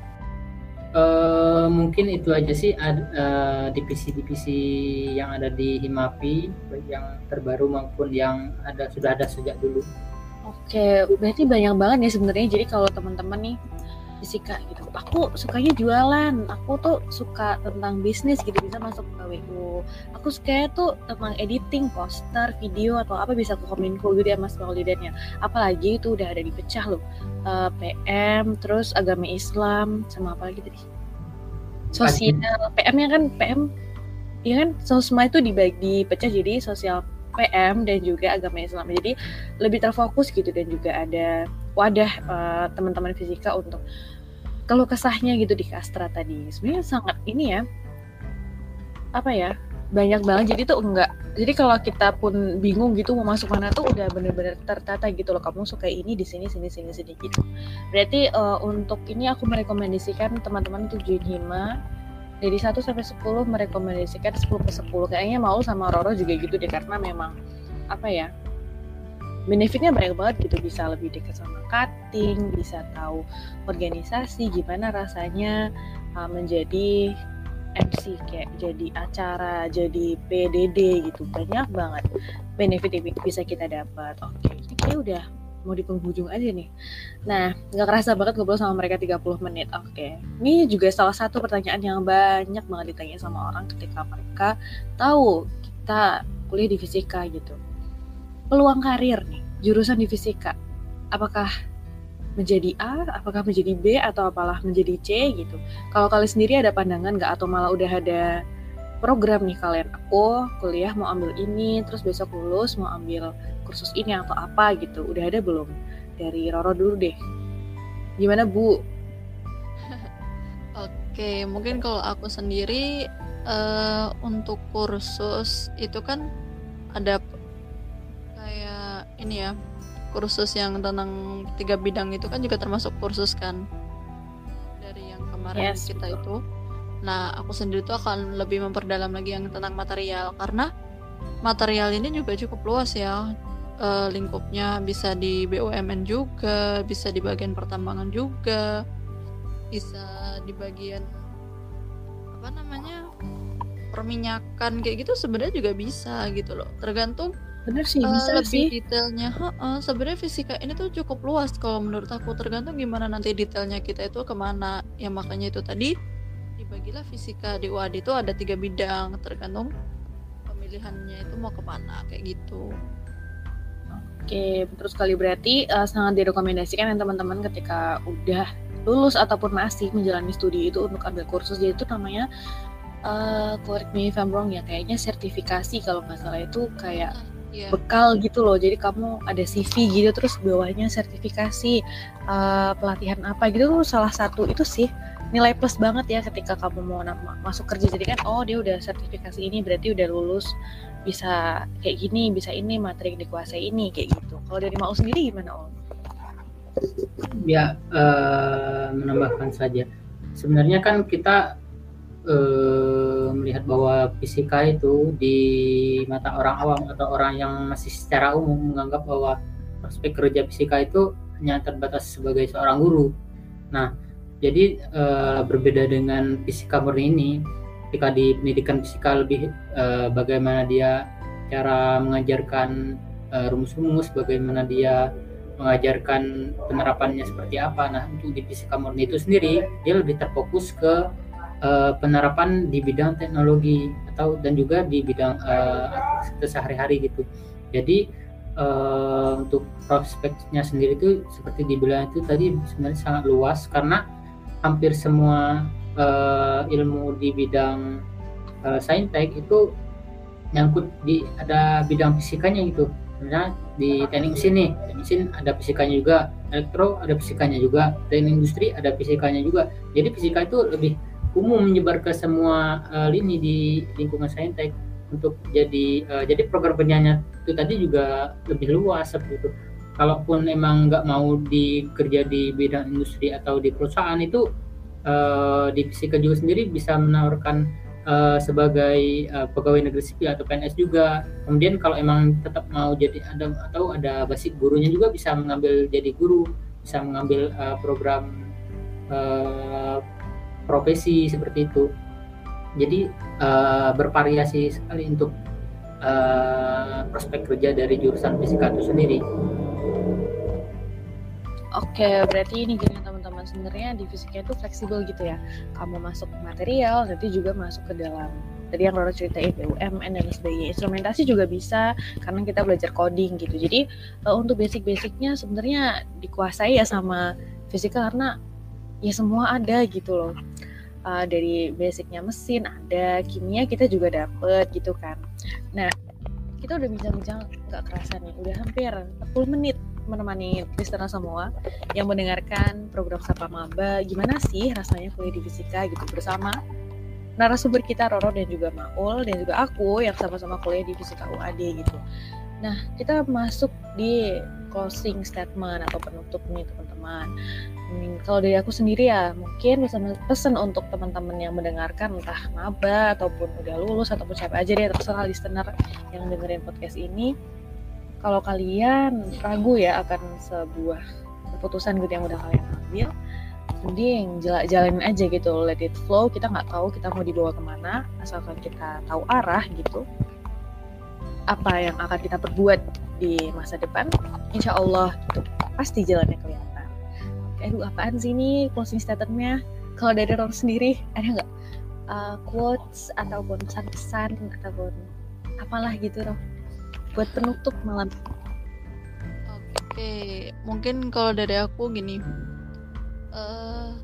Uh, mungkin itu aja sih ad, uh, divisi-divisi yang ada di Himapi, baik yang terbaru maupun yang ada sudah ada sejak dulu. Oke, berarti banyak banget ya sebenarnya. Jadi kalau teman-teman nih fisika gitu, aku sukanya jualan, aku tuh suka tentang bisnis gitu, bisa masuk ke W U. Aku sukanya tuh tentang editing, poster, video atau apa bisa ke Kominfo gitu ya Mas Maulidan ya. Apalagi itu udah ada dipecah loh, uh, P M, terus agama Islam, sama apa lagi tadi? Sosial, P M-nya kan P M, ya kan sosma itu dibagi dipecah jadi sosial P M dan juga agama Islam. Jadi lebih terfokus gitu, dan juga ada wadah uh, teman-teman fisika untuk kalau kesahnya gitu di Kastra tadi. Sebenarnya sangat ini ya, apa ya, banyak banget. Jadi tuh enggak, jadi kalau kita pun bingung gitu mau masuk mana tuh udah bener-bener tertata gitu loh. Kamu suka ini di sini sini sini sini gitu. Berarti uh, untuk ini aku merekomendasikan teman-teman untuk join Hima. Dari satu sampai sepuluh merekomendasikan sepuluh ke sepuluh. Kayaknya Maul sama Roro juga gitu deh, karena memang apa ya, benefitnya banyak banget gitu. Bisa lebih dekat sama cutting, bisa tahu organisasi, gimana rasanya uh, menjadi M C, kayak jadi acara, jadi P D D gitu. Banyak banget benefit yang bisa kita dapat. Oke, ini kayak udah mau di penghujung aja nih. Nah, gak kerasa banget ngobrol sama mereka tiga puluh menit. Oke, ini juga salah satu pertanyaan yang banyak banget ditanya sama orang ketika mereka tahu kita kuliah di fisika gitu. Peluang karir nih, jurusan di fisika, apakah menjadi A, apakah menjadi B, atau apalah menjadi C gitu. Kalau kalian sendiri ada pandangan gak, atau malah udah ada program nih kalian, aku kuliah mau ambil ini, terus besok lulus mau ambil kursus ini atau apa gitu, udah ada belum? Dari Roro dulu deh, gimana Bu? Oke, mungkin kalau aku sendiri uh, untuk kursus itu kan ada kayak ini ya, kursus yang tentang tiga bidang itu kan juga termasuk kursus kan dari yang kemarin Yes, kita betul. itu. Nah, aku sendiri tuh akan lebih memperdalam lagi yang tentang material, karena material ini juga cukup luas ya. Uh, lingkupnya bisa di B U M N juga, bisa di bagian pertambangan juga, bisa di bagian apa namanya perminyakan kayak gitu, sebenarnya juga bisa gitu loh. Tergantung Bener sih, uh, bisa lebih sih. detailnya. Uh, sebenarnya fisika ini tuh cukup luas kalau menurut aku, tergantung gimana nanti detailnya kita itu kemana. Ya makanya itu tadi dibagilah fisika di U A D itu ada tiga bidang, tergantung pemilihannya itu mau kemana kayak gitu. Oke, betul sekali. Berarti uh, sangat direkomendasikan yang teman-teman ketika udah lulus ataupun masih menjalani studi itu untuk ambil kursus. Jadi itu namanya uh, correct me if I'm wrong ya, kayaknya sertifikasi kalau nggak salah, itu kayak Iya. bekal gitu loh. Jadi kamu ada C V gitu, terus bawahnya sertifikasi uh, pelatihan apa gitu tuh salah satu itu sih nilai plus banget ya ketika kamu mau nama, masuk kerja. Jadi kan oh dia udah sertifikasi ini, berarti udah lulus, bisa kayak gini, bisa ini, materi yang dikuasai ini, kayak gitu. Kalau dari Maul sendiri gimana Om? Ya, uh, menambahkan saja. Sebenarnya kan kita uh, melihat bahwa fisika itu di mata orang awam atau orang yang masih secara umum menganggap bahwa prospek kerja fisika itu hanya terbatas sebagai seorang guru. Nah, jadi uh, berbeda dengan fisika murni ini, ketika di pendidikan fisika lebih uh, bagaimana dia cara mengajarkan uh, rumus-rumus, bagaimana dia mengajarkan penerapannya seperti apa. Nah, untuk di fisika murni itu sendiri dia lebih terfokus ke uh, penerapan di bidang teknologi atau dan juga di bidang uh, aktivitas sehari-hari gitu. Jadi uh, untuk prospeknya sendiri itu seperti dibilang itu tadi sebenarnya sangat luas, karena hampir semua uh, ilmu di bidang uh, saintek itu nyangkut di ada bidang fisikanya gitu. Misalnya di teknik mesin nih, teknik mesin ada fisikanya juga, elektro ada fisikanya juga, teknik industri ada fisikanya juga. Jadi fisika itu lebih umum menyebar ke semua uh, lini di lingkungan saintek untuk jadi uh, jadi program kerjanya itu tadi juga lebih luas seperti itu. Kalaupun emang nggak mau dikerja di bidang industri atau di perusahaan itu uh, di fisika juga sendiri bisa menawarkan uh, sebagai uh, pegawai negeri sipil atau P N S juga. Kemudian kalau emang tetap mau jadi ada atau ada basic gurunya juga bisa mengambil jadi guru, bisa mengambil uh, program uh, profesi seperti itu. Jadi uh, bervariasi sekali untuk uh, prospek kerja dari jurusan fisika itu sendiri. Oke, berarti ini gini teman-teman, sebenarnya di fisika itu fleksibel gitu ya. Kamu masuk material, nanti juga masuk ke dalam tadi yang Roro ceritain B U M N dan sebagainya. Instrumentasi juga bisa karena kita belajar coding gitu. Jadi uh, untuk basic-basicnya sebenarnya dikuasai ya sama fisika karena ya semua ada gitu loh. Uh, dari basicnya mesin ada, kimia kita juga dapet gitu kan. Nah, kita udah bincang-bincang nggak kerasa nih, udah hampir empat puluh menit menemani listener semua yang mendengarkan program Sapa Maba. Gimana sih rasanya kuliah di fisika gitu bersama narasumber kita Roro dan juga Maul dan juga aku yang sama-sama kuliah di fisika U A D gitu. Nah, kita masuk di closing statement atau penutup nih teman-teman. Hmm, kalau dari aku sendiri ya mungkin bisa pesan untuk teman-teman yang mendengarkan entah maba ataupun udah lulus ataupun siapa aja deh, terserah listener yang dengerin podcast ini. Kalau kalian ragu ya akan sebuah keputusan gitu yang udah kalian ambil, mending jalanin aja gitu, let it flow. Kita nggak tahu kita mau dibawa kemana, asalkan kita tahu arah gitu, apa yang akan kita perbuat di masa depan, insya Allah gitu, pasti jalannya kelihatan. Aduh, apaan sih ini closing statement-nya? Kalau dari Roro sendiri ada nggak uh, quotes ataupun pesan-pesan ataupun apalah gitu Roro buat penutup malam? Oke, mungkin kalau dari aku gini, uh,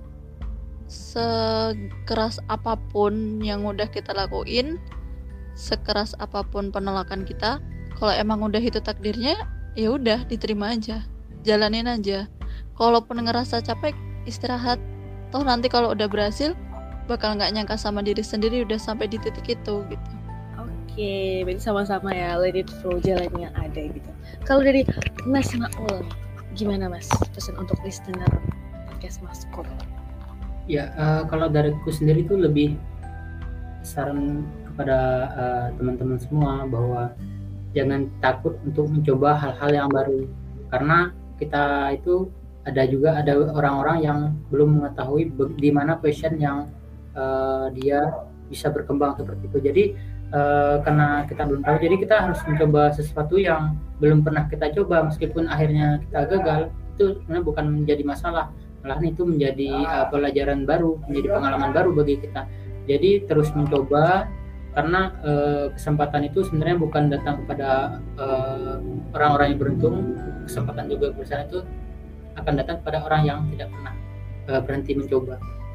sekeras apapun yang udah kita lakuin, sekeras apapun penolakan kita, kalau emang udah itu takdirnya, ya udah diterima aja, jalanin aja. Kalaupun ngerasa capek, istirahat. Toh nanti kalau udah berhasil, bakal nggak nyangka sama diri sendiri udah sampai di titik itu gitu. Oke, berarti sama-sama ya, let it flow, jalan yang ada gitu. Kalau dari Mas Maul, gimana Mas pesan untuk listener podcast Maskor? Ya, uh, kalau dari aku sendiri tuh lebih saran kepada uh, teman-teman semua bahwa jangan takut untuk mencoba hal-hal yang baru, karena kita itu ada juga ada orang-orang yang belum mengetahui di mana passion yang uh, dia bisa berkembang seperti itu. Jadi Uh, karena kita belum tahu, jadi kita harus mencoba sesuatu yang belum pernah kita coba, meskipun akhirnya kita gagal, itu sebenarnya bukan menjadi masalah, malahan itu menjadi uh, pelajaran baru, menjadi pengalaman baru bagi kita. Jadi terus mencoba, karena uh, kesempatan itu sebenarnya bukan datang kepada uh, orang-orang yang beruntung, kesempatan juga berusaha itu akan datang kepada orang yang tidak pernah uh, berhenti mencoba.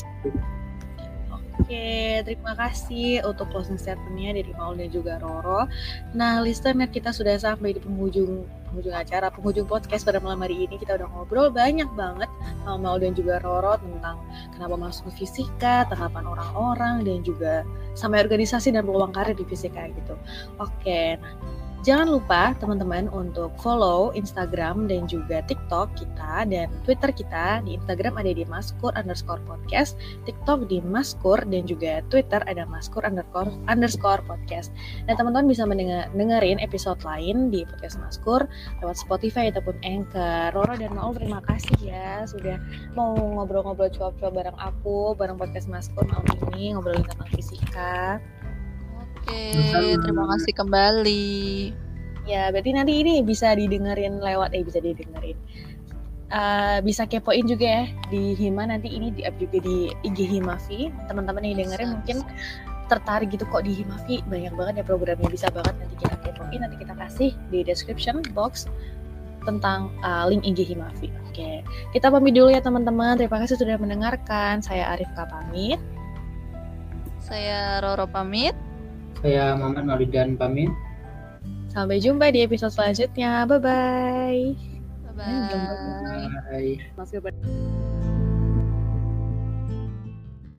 Oke, terima kasih untuk closing statement-nya dari Maul dan juga Roro. Nah, listener, kita sudah sampai di penghujung penghujung acara, penghujung podcast pada malam hari ini. Kita udah ngobrol banyak banget sama Maul dan juga Roro tentang kenapa masuk ke fisika, tanggapan orang-orang, dan juga sampai organisasi dan peluang karir di fisika gitu. Oke, nah jangan lupa teman-teman untuk follow Instagram dan juga TikTok kita dan Twitter kita. Di Instagram ada di maskur underscore podcast, TikTok di maskur, dan juga Twitter ada maskur underscore underscore podcast. Dan teman-teman bisa mendengar dengerin episode lain di podcast Maskur lewat Spotify ataupun Anchor. Roro dan Maul, terima kasih ya sudah mau ngobrol-ngobrol cuap-cuap bareng aku, bareng podcast Maskur malam ini, ngobrolin tentang fisika. Oke, terima kasih kembali. Ya, berarti nanti ini bisa didengerin lewat, eh bisa didengerin. Uh, bisa kepoin juga ya di Hima, nanti ini di up juga di I G Himavi. Teman-teman yang dengerin bisa, mungkin bisa. Tertarik gitu kok di Himavi, banyak banget ya programnya, bisa banget nanti kita kepoin, nanti kita kasih di description box tentang uh, link I G Himavi. Oke, kita pamit dulu ya teman-teman. Terima kasih sudah mendengarkan. Saya Arifka pamit. Saya Roro pamit. Saya Muhammad Maulidan pamit. Sampai jumpa di episode selanjutnya. Bye bye. Bye bye. Bye. Mas Gilbert.